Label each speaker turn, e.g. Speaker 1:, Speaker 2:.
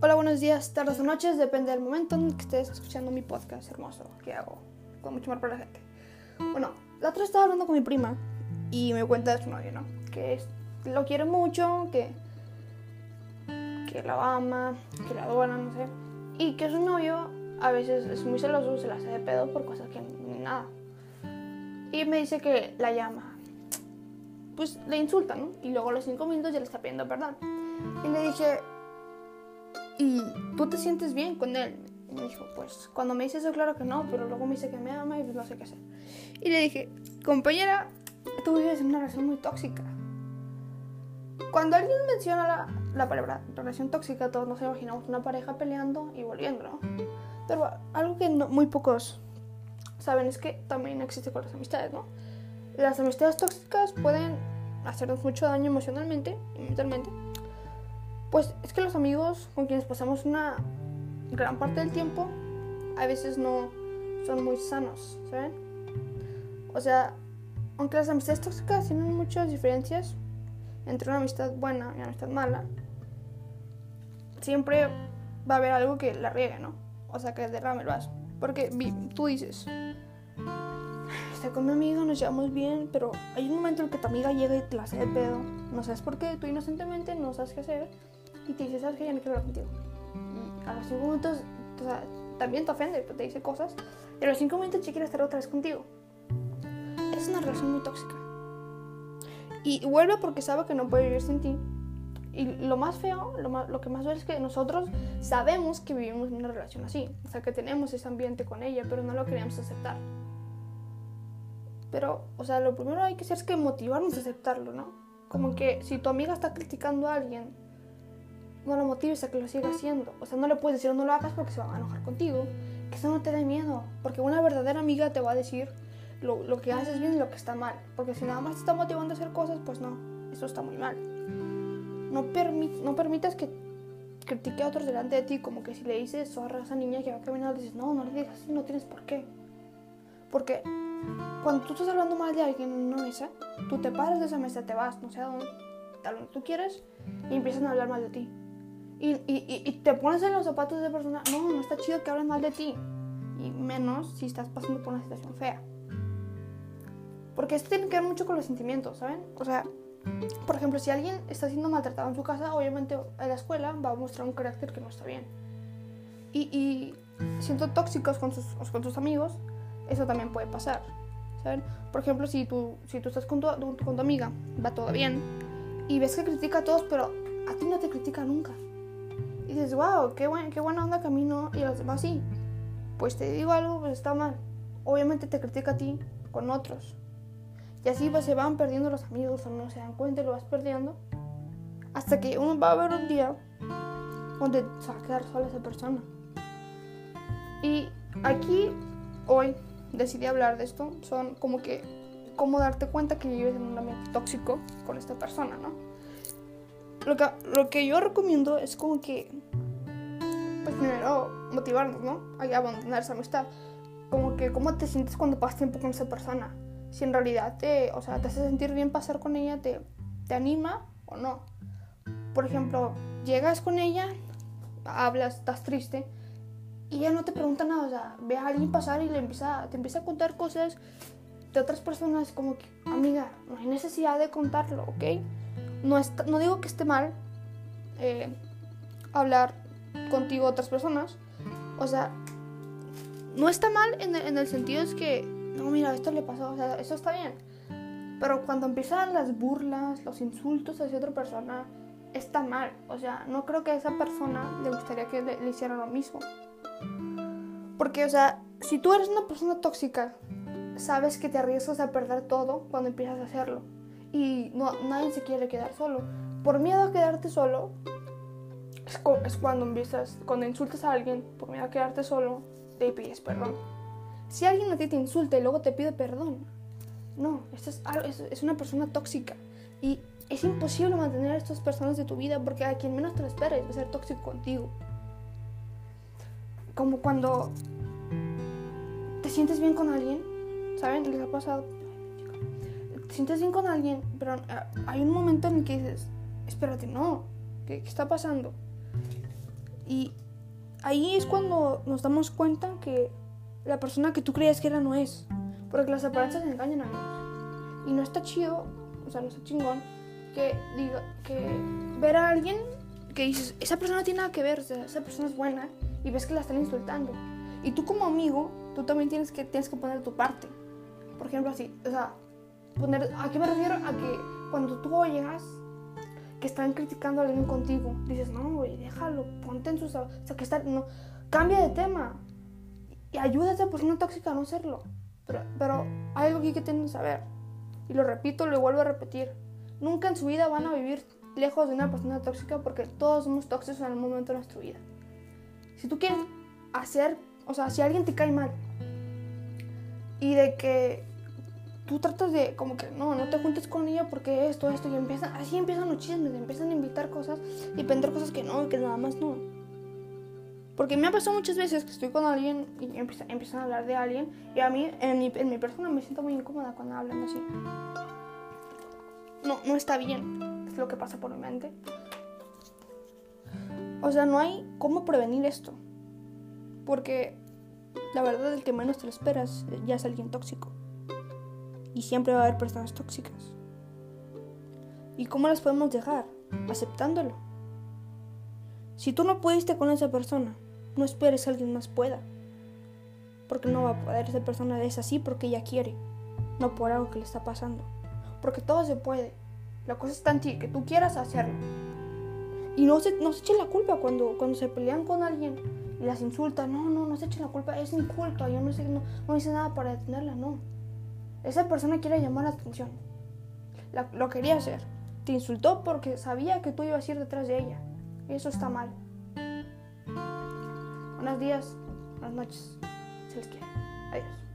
Speaker 1: Hola, buenos días, tardes o noches, depende del momento en que estés escuchando mi podcast hermoso que hago con mucho amor para la gente. Bueno, la otra estaba hablando con mi prima y me cuenta de su novio, ¿no? Lo quiere mucho, que la ama, que la adora, no sé. Y que su novio a veces es muy celoso, se la hace de pedo por cosas que ni nada. Y me dice que la llama, pues le insulta, ¿no? Y luego a los 5 minutos ya le está pidiendo perdón. Y le dije, ¿y tú te sientes bien con él? Y me dijo, pues cuando me dice eso claro que no, pero luego me dice que me ama y pues no sé qué hacer. Y le dije, compañera, tú vives en una relación muy tóxica. Cuando alguien menciona la palabra relación tóxica, todos nos imaginamos una pareja peleando y volviendo, ¿no? Pero algo que muy pocos saben es que también existe con las amistades, ¿no? Las amistades tóxicas pueden hacernos mucho daño emocionalmente y mentalmente. Pues es que los amigos con quienes pasamos una gran parte del tiempo a veces no son muy sanos, ¿saben? O sea, aunque las amistades tóxicas tienen muchas diferencias entre una amistad buena y una amistad mala, siempre va a haber algo que la riegue, ¿no? O sea, que derrame el vaso. Porque tú dices, estoy con mi amigo, nos llevamos bien, pero hay un momento en el que tu amiga llega y te la hace de pedo. No sabes por qué, tú inocentemente no sabes qué hacer y te dice, ¿sabes qué? Ya no quiero hablar contigo. Y a los 5 minutos, o sea, también te ofende, te dice cosas, y a los 5 minutos ya quiere estar otra vez contigo. Es una relación muy tóxica. Y vuelve porque sabe que no puede vivir sin ti. Y lo más feo, lo que más duele es que nosotros sabemos que vivimos en una relación así. O sea, que tenemos ese ambiente con ella, pero no lo queremos aceptar. Pero, o sea, lo primero hay que hacer es que motivarnos a aceptarlo, ¿no? Como que si tu amiga está criticando a alguien, no lo motives a que lo siga haciendo. O sea, no le puedes decir no lo hagas porque se va a enojar contigo. Que eso no te dé miedo. Porque una verdadera amiga te va a decir lo que haces bien y lo que está mal. Porque si nada más te está motivando a hacer cosas, pues no, eso está muy mal. No permitas que critique a otros delante de ti, como que si le dices zorra a esa niña que va caminando, le dices, no le digas así, no tienes por qué. Porque cuando tú estás hablando mal de alguien en una mesa, tú te paras de esa mesa, te vas, no sé a dónde tú quieres, y empiezan a hablar mal de ti. Y te pones en los zapatos de persona, no está chido que hablen mal de ti. Y menos si estás pasando por una situación fea. Porque esto tiene que ver mucho con los sentimientos, ¿saben? O sea, por ejemplo, si alguien está siendo maltratado en su casa, obviamente en la escuela va a mostrar un carácter que no está bien. Y siendo tóxicos con sus amigos, eso también puede pasar, ¿saben? Por ejemplo, si tú estás con tu amiga, va todo bien, y ves que critica a todos, pero a ti no te critica nunca. Y dices, wow, qué buena onda camino, y a los demás sí. Pues te digo algo, pues está mal. Obviamente te critica a ti con otros. Y así se van perdiendo los amigos, o no se dan cuenta y lo vas perdiendo. Hasta que uno va a haber un día donde se va a quedar sola esa persona. Y aquí, hoy, decidí hablar de esto. Son como que, cómo darte cuenta que vives en un ambiente tóxico con esta persona, ¿no? Lo que yo recomiendo es como que, pues primero, motivarnos, ¿no? A abandonar esa amistad. Como que, ¿cómo te sientes cuando pasas tiempo con esa persona? Si en realidad te hace sentir bien pasar con ella, te anima o no. Por ejemplo, llegas con ella, hablas, estás triste y ella no te pregunta nada. O sea, ve a alguien pasar y te empieza a contar cosas de otras personas, como que, amiga, no hay necesidad de contarlo, ¿ok? No digo que esté mal hablar contigo a otras personas. O sea, no está mal en el sentido es que no, mira, esto le pasó, o sea, eso está bien. Pero cuando empiezan las burlas, los insultos hacia otra persona, está mal. O sea, no creo que a esa persona le gustaría que le hicieran lo mismo. Porque, o sea, si tú eres una persona tóxica, sabes que te arriesgas a perder todo cuando empiezas a hacerlo. Y nadie se quiere quedar solo. Por miedo a quedarte solo, es cuando insultas a alguien, por miedo a quedarte solo, te pides perdón. Si alguien a ti te insulta y luego te pide perdón, no, es una persona tóxica. Y es imposible mantener a estas personas de tu vida porque a quien menos te lo esperes va a ser tóxico contigo. Como cuando te sientes bien con alguien, ¿saben? ¿Les ha pasado? Te sientes bien con alguien, pero hay un momento en el que dices, espérate, no, ¿qué está pasando? Y ahí es cuando nos damos cuenta que la persona que tú creías que era no es. Porque las apariencias engañan, amigos. Y no está chido, o sea, no está chingón que ver a alguien que dices, esa persona no tiene nada que ver, o sea, esa persona es buena, y ves que la están insultando. Y tú como amigo, tú también tienes que poner tu parte. Por ejemplo, así, o sea, ¿a qué me refiero? A que cuando tú oigas que están criticando a alguien contigo, dices, no, güey, déjalo, ponte en sus... O sea, no, cambia de tema y ayuda a esa persona tóxica a no serlo. Pero hay algo que tienen que saber, y lo repito, lo vuelvo a repetir. Nunca en su vida van a vivir lejos de una persona tóxica, porque todos somos tóxicos en algún momento de nuestra vida. Si tú quieres o sea, si alguien te cae mal y de que tú tratas de como que no te juntes con ella porque esto, y así empiezan los chismes, empiezan a invitar cosas y vender cosas que nada más no. Porque me ha pasado muchas veces que estoy con alguien y empiezan a hablar de alguien, y a mí, en mi persona, me siento muy incómoda cuando hablan así. No está bien, es lo que pasa por mi mente. O sea, no hay cómo prevenir esto, porque la verdad, el que menos te lo esperas ya es alguien tóxico. Y siempre va a haber personas tóxicas. ¿Y cómo las podemos dejar? Aceptándolo. Si tú no pudiste con esa persona, no esperes que alguien más pueda. Porque no va a poder. Esa persona es así porque ella quiere, no por algo que le está pasando. Porque todo se puede. La cosa está en ti, que tú quieras hacerlo. Y no se echen la culpa cuando se pelean con alguien y las insultan. No se echen la culpa, es inculto. Yo no hice nada para detenerla, no. Esa persona quiere llamar la atención. Lo quería hacer. Te insultó porque sabía que tú ibas a ir detrás de ella. Y eso está mal. Buenos días, buenas noches. Se les quiere. Adiós.